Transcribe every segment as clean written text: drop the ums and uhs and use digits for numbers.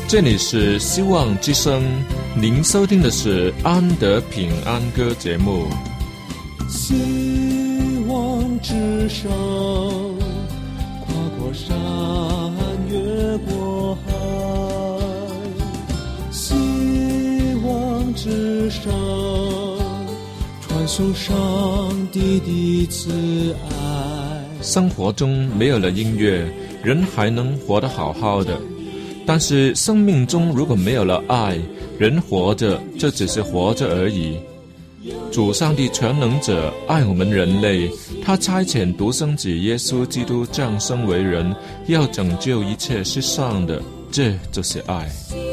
这里是希望之声，您收听的是安德平安歌节目。 希望之声，跨过山，越过海。希望之声，传送上帝的慈爱。 生活中没有了音乐，人还能活得好好的。但是生命中如果没有了爱，人活着就只是活着而已。主上帝全能者爱我们人类，他差遣独生子耶稣基督降生为人，要拯救一切世上的，这就是爱。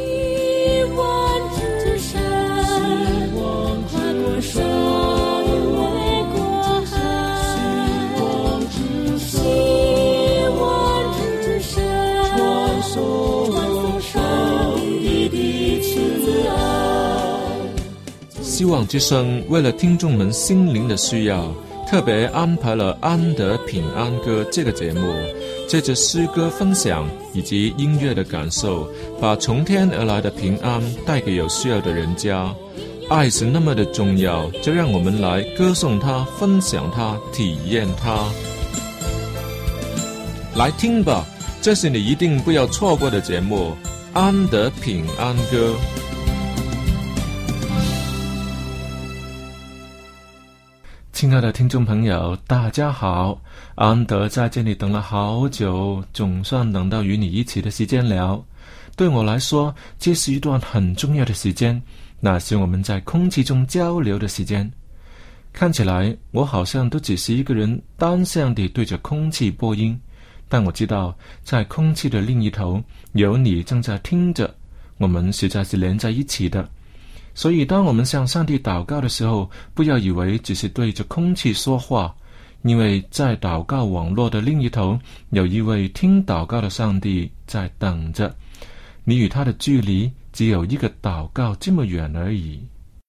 希望之声为了听众们心灵的需要，特别安排了安德平安歌这个节目，借着诗歌分享以及音乐的感受，把从天而来的平安带给有需要的人家。爱是那么的重要，就让我们来歌颂它，分享它，体验它。来听吧，这是你一定不要错过的节目，安德平安歌。亲爱的听众朋友，大家好，安德在这里等了好久，总算等到与你一起的时间了。对我来说，这是一段很重要的时间，那是我们在空气中交流的时间。看起来我好像都只是一个人单向地对着空气播音，但我知道在空气的另一头有你正在听着，我们实在是连在一起的。所以当我们向上帝祷告的时候，不要以为只是对着空气说话，因为在祷告网络的另一头有一位听祷告的上帝在等着，你与他的距离只有一个祷告这么远而已。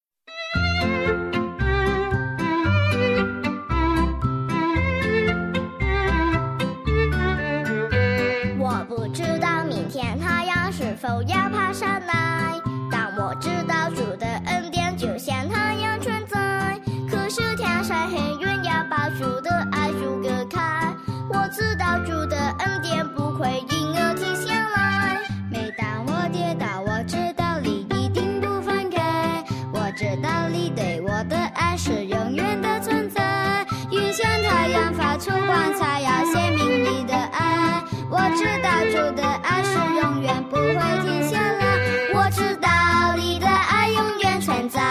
我不知道明天太阳是否要爬上来，但我知道主的恩典就像太阳存在，可是天上黑云要把主的爱阻隔开。我知道主的恩典不会因而停下来，每当我跌倒，我知道你一定不放开，我知道你对我的爱是永远的存在，云像太阳发出光彩，要显明你的爱。我知道主的爱是永远不会停下来，我知道你的爱永远存在。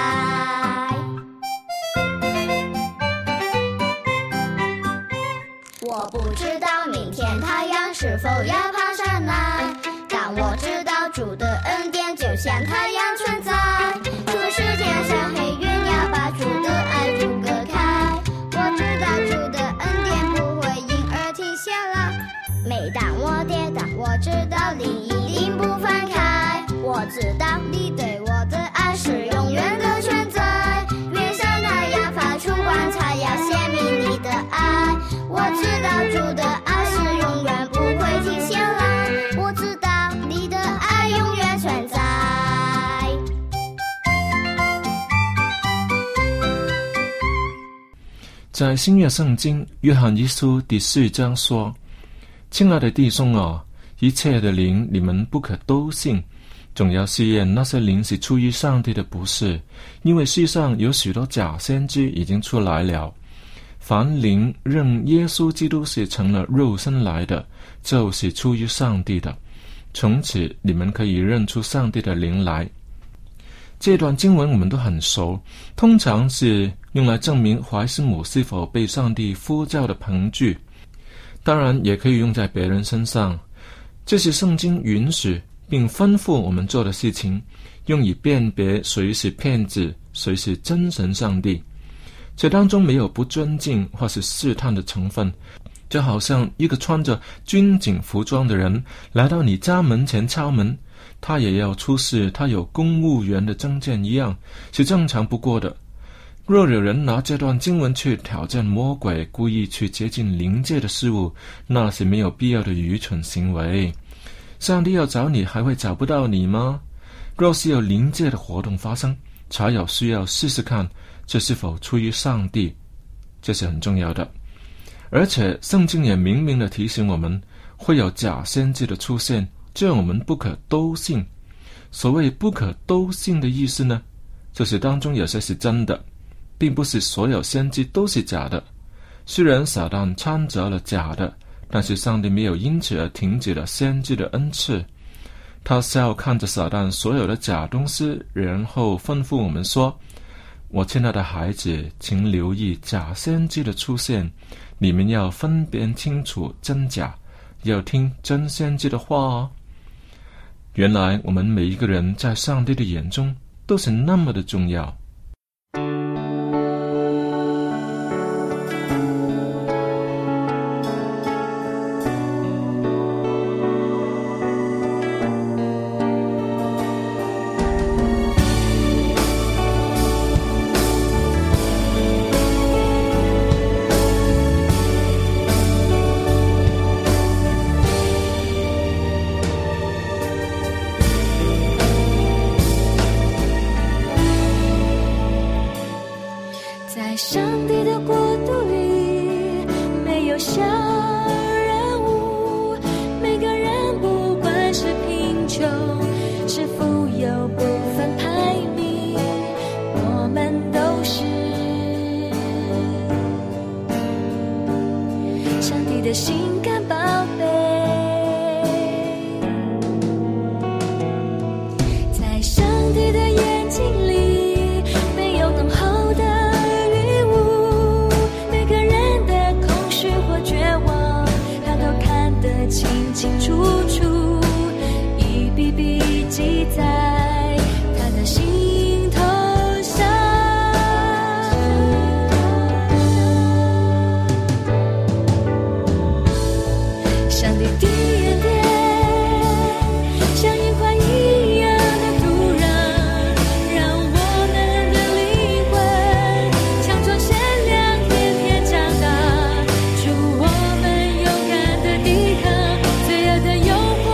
我不知道明天太阳是否要爬上来，但我知道主的恩典就像太阳存在，可是天上黑云要把主的爱阻隔开。我知道主的恩典不会因而停下来，每当我跌倒，我知道你一定不放开，我知道你对我的爱是永远的存在，月上太阳发出光彩，要显明你的爱。我知道主的爱是永远不会停下来，我知道你的爱永远存在。 在新约圣经约翰一书第4章说，亲爱的弟兄啊，一切的灵你们不可都信，总要试验那些灵是出于上帝的不是，因为世上有许多假先知已经出来了。凡灵认耶稣基督是成了肉身来的，就是出于上帝的，从此你们可以认出上帝的灵来。这段经文我们都很熟，通常是用来证明怀斯母是否被上帝呼召的凭据，当然也可以用在别人身上。这是圣经允许并吩咐我们做的事情，用以辨别谁是骗子，谁是真神上帝。这当中没有不尊敬或是试探的成分，就好像一个穿着军警服装的人来到你家门前敲门，他也要出示他有公务员的证件一样，是正常不过的。若有人拿这段经文去挑战魔鬼，故意去接近灵界的事物，那是没有必要的愚蠢行为。 上帝要找你还会找不到你吗？若是有灵界的活动发生，才有需要试试看这是否出于上帝，这是很重要的。而且圣经也明明的提醒我们会有假先知的出现，这样我们不可都信。所谓不可都信的意思呢，就是当中有些是真的，并不是所有先知都是假的。虽然撒旦掺杂了假的，但是上帝没有因此而停止了先知的恩赐。他笑看着撒旦所有的假东西，然后吩咐我们说，我亲爱的孩子，请留意假先知的出现，你们要分辨清楚真假，要听真先知的话哦。原来我们每一个人在上帝的眼中都是那么的重要。 在上帝的国度里，没有小人物，每个人不管是贫穷是富有，不分排名，我们都是上帝的心肝宝贝。在上帝的眼睛里，没有浓厚的清清楚楚，一笔笔记在他的心头上。上帝的恩典像樱花一样的土壤，让我们的灵魂强壮鲜亮，天天长大，祝我们勇敢的抵抗罪恶的诱惑。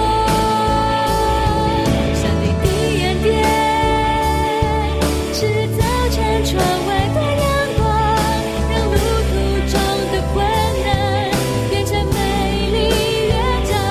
上帝的恩典是早晨窗外的阳光，让路途中的困难变成美丽乐章。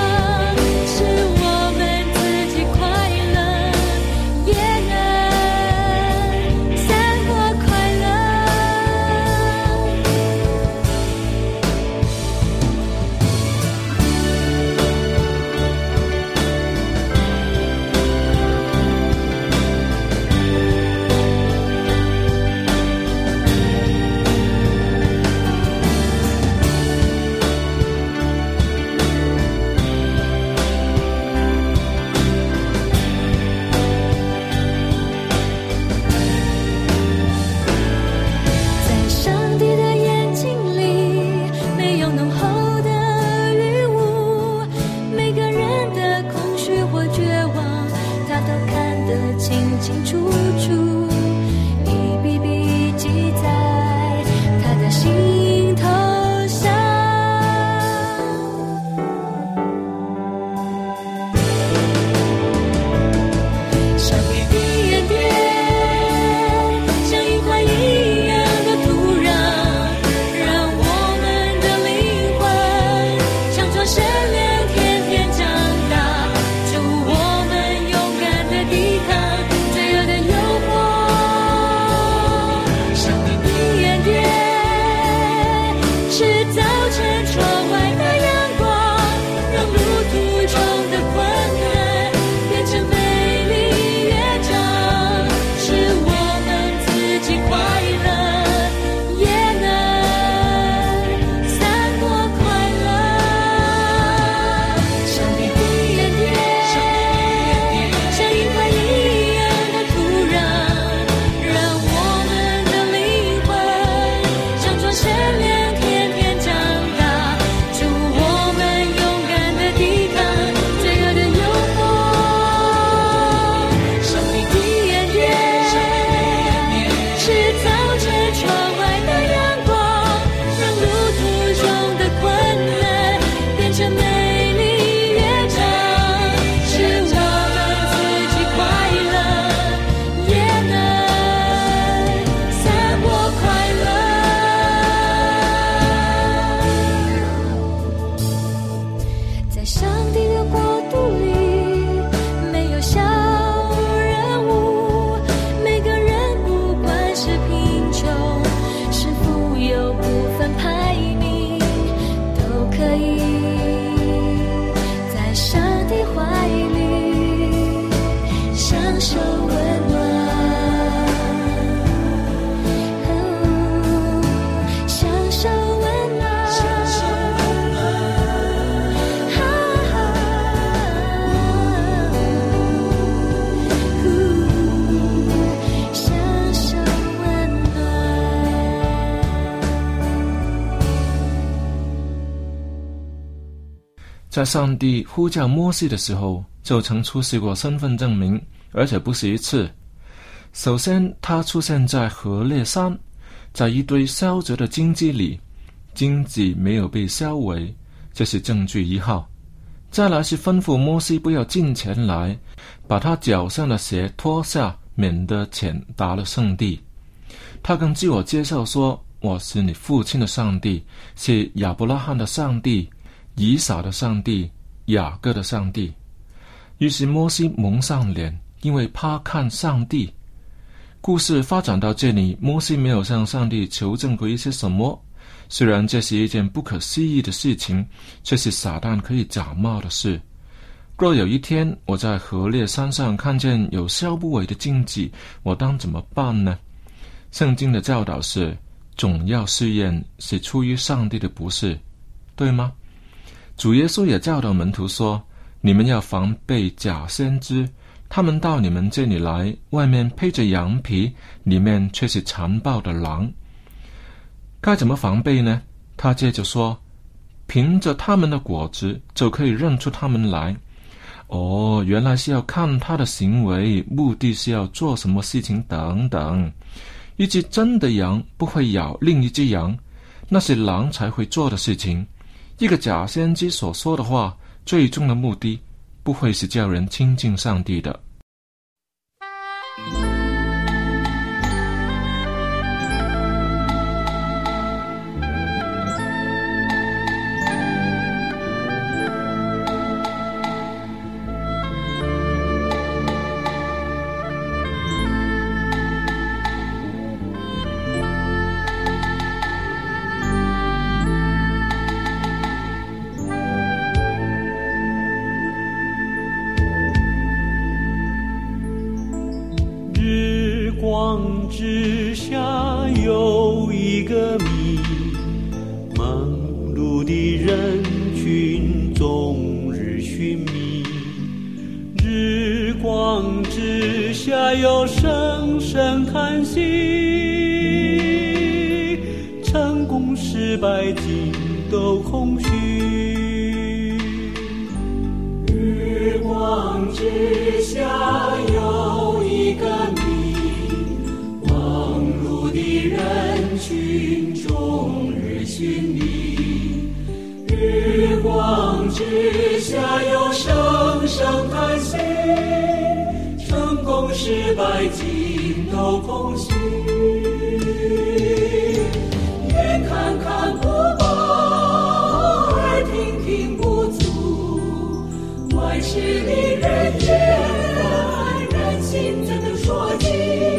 可以在上帝怀里享受温暖，享受温暖，享受温暖，享受温暖。 在上帝呼叫摩西的时候，就曾出示过身份证明，而且不是一次。首先，他出现在何烈山，在一堆烧着的荆棘里，荆棘没有被烧毁，这是证据一号。再来是吩咐摩西不要近前来，把他脚上的鞋脱下，免得践踏了圣地。他更自我介绍说，我是你父亲的上帝，是亚伯拉罕的上帝，以撒的上帝，雅各的上帝。于是摩西蒙上脸，因为怕看上帝。故事发展到这里，摩西没有向上帝求证过一些什么，虽然这是一件不可思议的事情，却是撒旦可以假冒的事。若有一天我在何烈山上看见有烧不毁的荆棘，我当怎么办呢？圣经的教导是，总要试验是出于上帝的，不是，对吗？主耶稣也教导门徒说，你们要防备假先知，他们到你们这里来，外面披着羊皮，里面却是残暴的狼。该怎么防备呢？他接着说，凭着他们的果子就可以认出他们来。哦，原来是要看他的行为，目的是要做什么事情等等。一只真的羊不会咬另一只羊，那是狼才会做的事情。一个假先知所说的话，最终的目的不会是叫人亲近上帝的。 之下有一个谜，忙碌的人群终日寻觅，日光之下有声声叹息，成功失败尽都空虚。日光之下有一个谜，人群终日寻觅，日光之下有声声叹息，成功失败尽都空虚。眼看看不饱，耳听听不足，万事离人言，人心怎能说尽？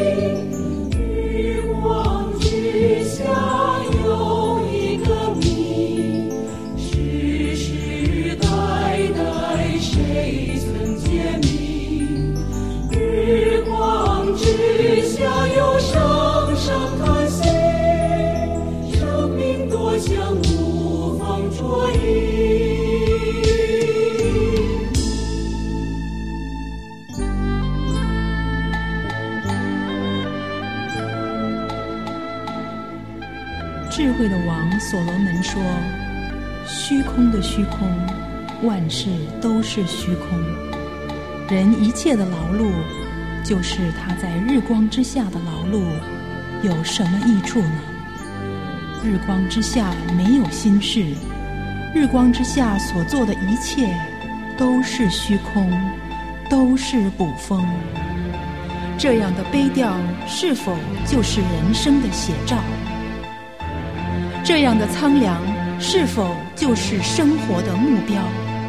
之下有一个谜，世世代代谁曾解明？日光之下有声声叹息，生命多像无方捉影。 智慧的王所罗门说，虚空的虚空，万事都是虚空。人一切的劳碌，就是他在日光之下的劳碌，有什么益处呢？日光之下没有心事，日光之下所做的一切都是虚空，都是捕风。这样的悲调是否就是人生的写照？这样的苍凉是否就是生活的目标？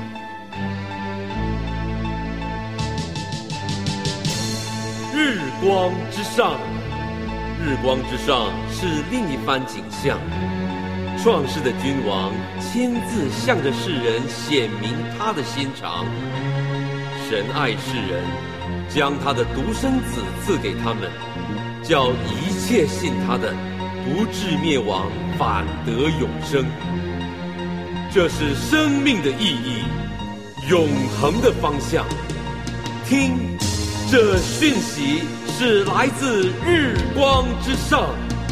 日光之上，日光之上是另一番景象。 创世的君王亲自向着世人显明他的心肠。神爱世人，将他的独生子赐给他们，叫一切信他的不至灭亡，反得永生。这是生命的意义，永恒的方向。听，这讯息是来自日光之上。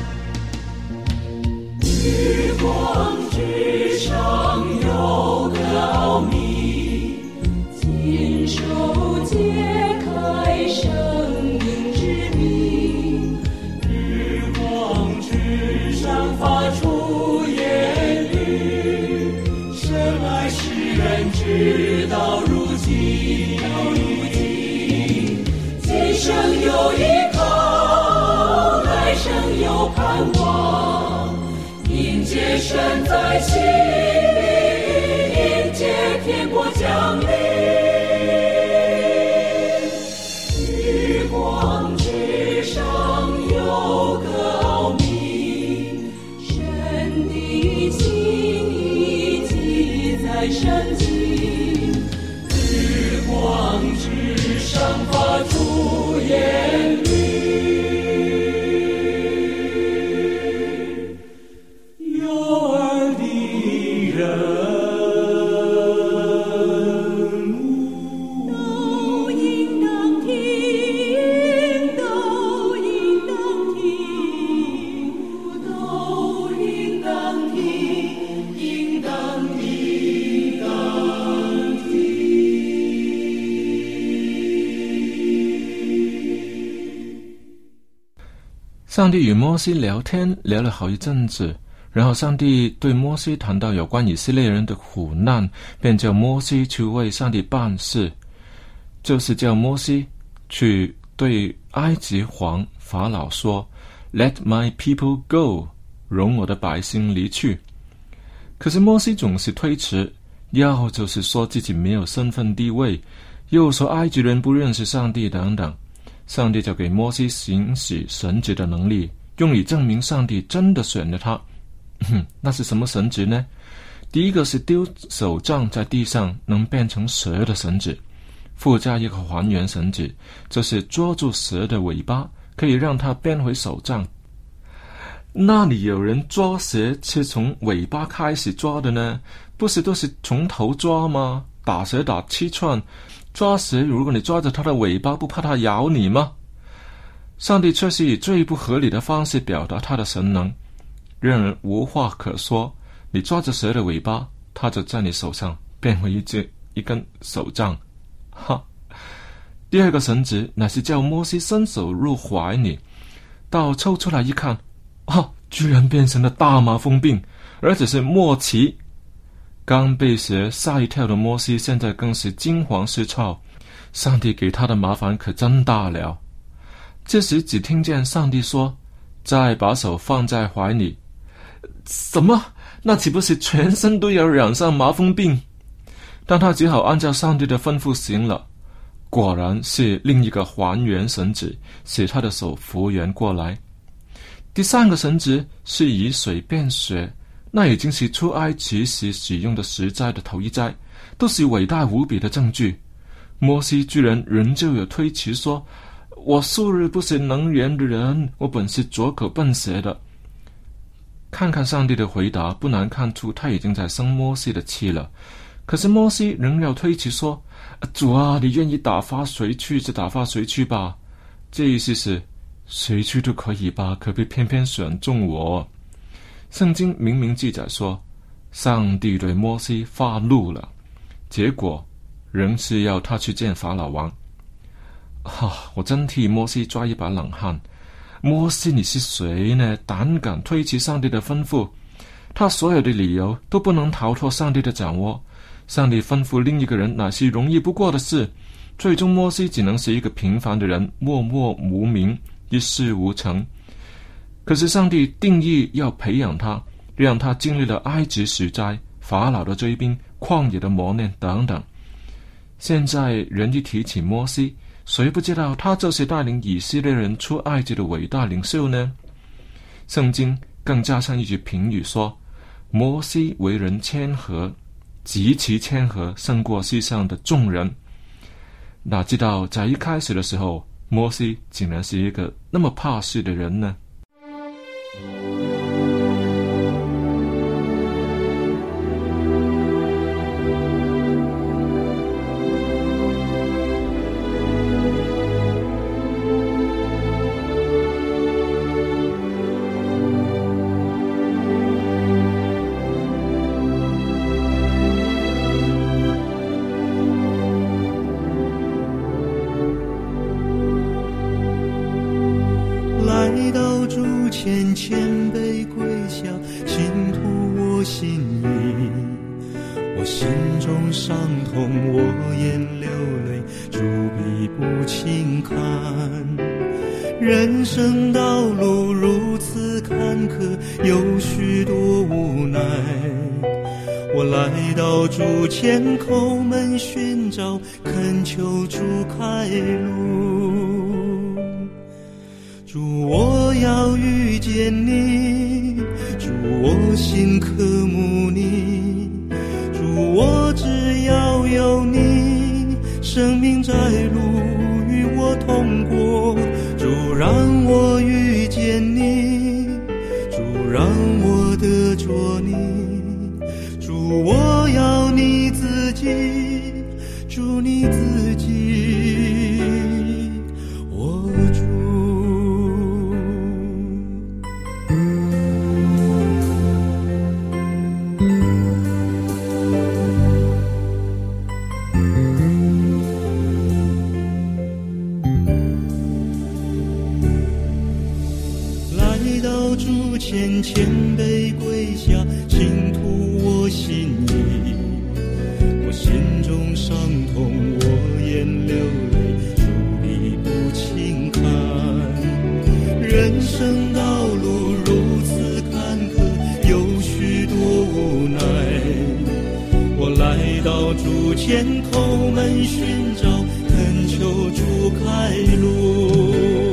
日光之上有个奥秘，亲手揭开生命之谜。日光之上发出言语，神爱世人直到如今。今生有依靠，来生有盼望。迎接神在心里，迎接天国降临。日光之上有个奥秘，神的心意记在圣经。日光之上发出言语。 上帝与摩西聊天，聊了好一阵子，然后上帝对摩西谈到有关以色列人的苦难，便叫摩西去为上帝办事，就是叫摩西去对埃及皇法老说 Let my people go， 容我的百姓离去。可是摩西总是推迟，要就是说自己没有身份地位，又说埃及人不认识上帝等等。上帝就给摩西行使神职的能力，用以证明上帝真的选了他。那是什么神职呢？第一个是丢手杖在地上能变成蛇的神职，附加一个还原神职，就是捉住蛇的尾巴，可以让它变回手杖。那里有人抓蛇是从尾巴开始抓的呢？不是都是从头抓吗？打蛇打7串，抓蛇如果你抓着它的尾巴，不怕它咬你吗？上帝却是以最不合理的方式表达他的神能，让人无话可说。你抓着蛇的尾巴，它就在你手上变回一根手杖。哈！第二个神职乃是叫摩西伸手入怀里，到抽出来一看，居然变成了大麻风病，而且是末期。刚被蛇吓一跳的摩西现在更是惊惶失措，上帝给他的麻烦可真大了。这时只听见上帝说，再把手放在怀里。什么？那岂不是全身都要染上麻风病？但他只好按照上帝的吩咐行了，果然是另一个还原神职，使他的手复原过来。第三个神职是以水变血，那已经是出埃及时使用的10灾的头一灾，都是伟大无比的证据。摩西居然仍旧有推辞说，我素日不是能言的人，我本是拙口笨舌的。看看上帝的回答，不难看出他已经在生摩西的气了。可是摩西仍要推辞说，主啊，你愿意打发谁去就打发谁去吧。这意思是谁去都可以吧，可别偏偏选中我。圣经明明记载说，上帝对摩西发怒了，结果仍是要他去见法老王。我真替摩西抓一把冷汗。摩西，你是谁呢？胆敢推辞上帝的吩咐？他所有的理由都不能逃脱上帝的掌握。上帝吩咐另一个人乃是容易不过的事，最终摩西只能是一个平凡的人，默默无名，一事无成。可是上帝定义要培养他，让他经历了埃及10灾、法老的追兵、旷野的磨练等等。现在人一提起摩西，谁不知道他就是带领以色列人出埃及的伟大领袖呢？圣经更加上一句评语说， 摩西为人谦和，极其谦和，胜过世上的众人。哪知道在一开始的时候，摩西竟然是一个那么怕事的人呢？ 来到主前谦卑跪下，倾吐我心意，我心中伤痛，我眼流泪，主必不轻看。人生道路如此坎坷，有许多无奈，我来到主前叩门寻找，恳求主开路。主，我要遇见你，主，我心渴慕你，主，我只要有你，生命在路与我同过。主，让我遇见你，主，让我得着你，主，我要你自己，主，你自己，我主。谦卑跪下，倾吐我心意，我心中伤痛，我眼流泪，主必不轻看。人生道路如此坎坷，有许多无奈，我来到主前叩门寻找，恳求主开路。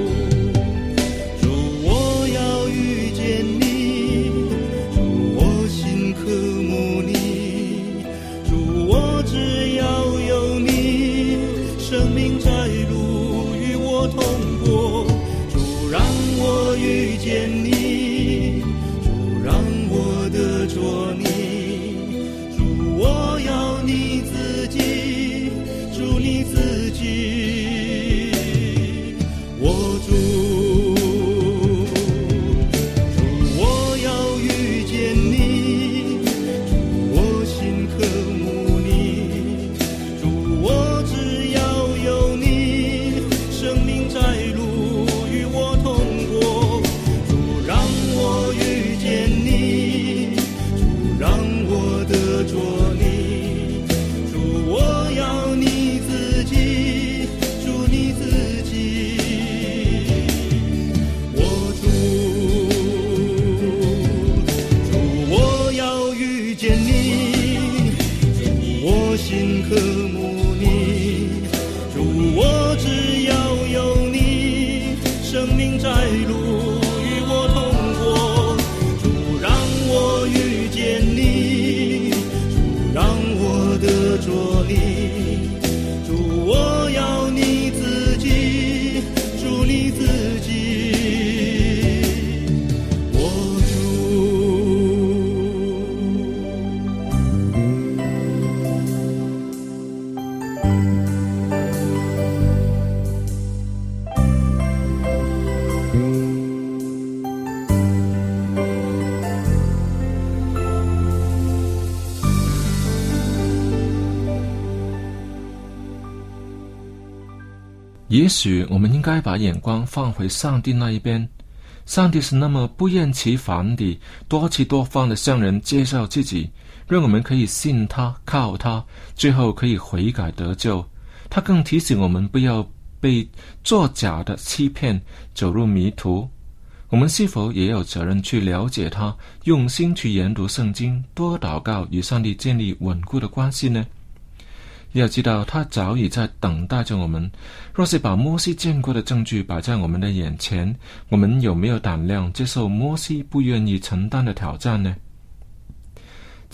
也许我们应该把眼光放回上帝那一边。上帝是那么不厌其烦地多次多方地向人介绍自己，让我们可以信他，靠他，最后可以悔改得救。他更提醒我们不要被作假的欺骗，走入迷途。我们是否也有责任去了解他，用心去研读圣经，多祷告，与上帝建立稳固的关系呢？要知道他早已在等待着我们。若是把摩西见过的证据摆在我们的眼前，我们有没有胆量接受摩西不愿意承担的挑战呢？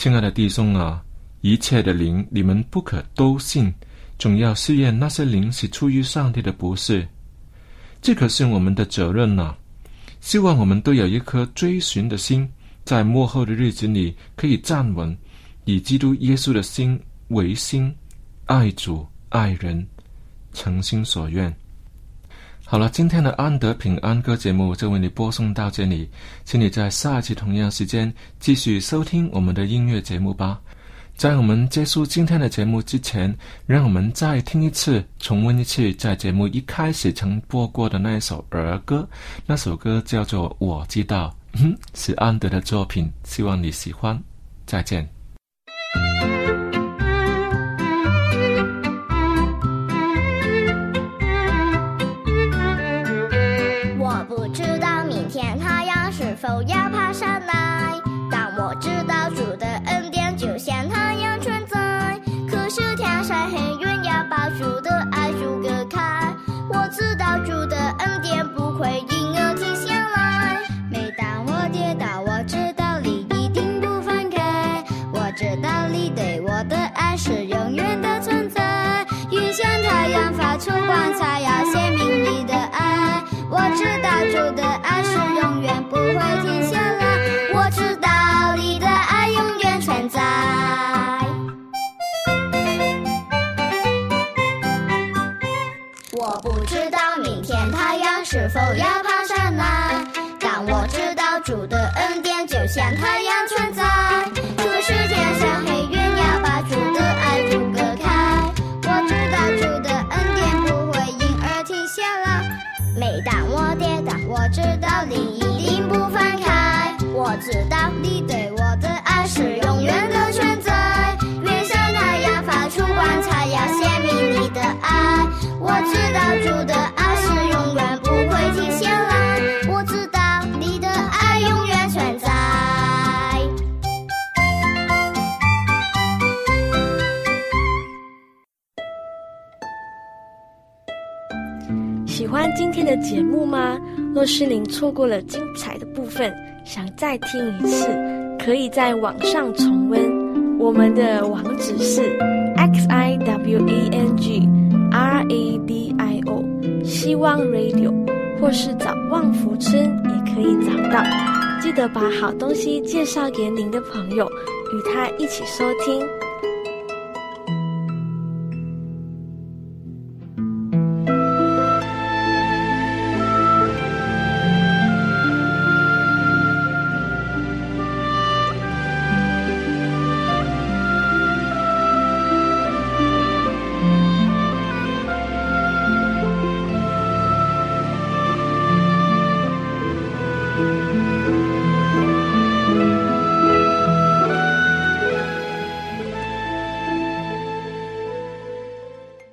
亲爱的弟兄啊，一切的灵你们不可都信，总要试验那些灵是出于上帝的不是。这可是我们的责任啊！希望我们都有一颗追寻的心，在末后的日子里可以站稳，以基督耶稣的心为心，爱主爱人，诚心所愿。好了，今天的安德平安歌节目就为你播送到这里，请你在下一期同样时间继续收听我们的音乐节目吧。在我们结束今天的节目之前，让我们再听一次，重温一次在节目一开始曾播过的那一首儿歌，那首歌叫做《我知道》，是安德的作品，希望你喜欢。再见。 我不知道明天太阳是否要爬上来，但我知道主的恩典就像太阳存在。可是天晒黑云要把主的爱阻隔开，我知道主的恩典不会因而停下来。每当我跌倒，我知道你一定不放开，我知道你对我的爱是永远的存在。云像太阳发出光彩，要显明你的爱。我知道主的爱是永远不会停下来，我知道你的爱永远存在。我不知道明天太阳是否要爬上来，但我知道主的恩典就像太阳存在。可是天上黑云要把主的爱阻隔开，我知道主的恩典不会因而停下来。每当我跌倒，我知道你一定不放开，我知道你对我的爱是永远的存在。月像太阳发出光彩，要显明你的爱。我知道主的爱是永远不会停下来，我知道你的爱永远存在。 喜欢今天的节目吗？若是您错过了精彩的部分，想再听一次，可以在网上重温。我们的网址是 xiwangradio 希望 radio， 或是找旺福村也可以找到。记得把好东西介绍给您的朋友，与他一起收听。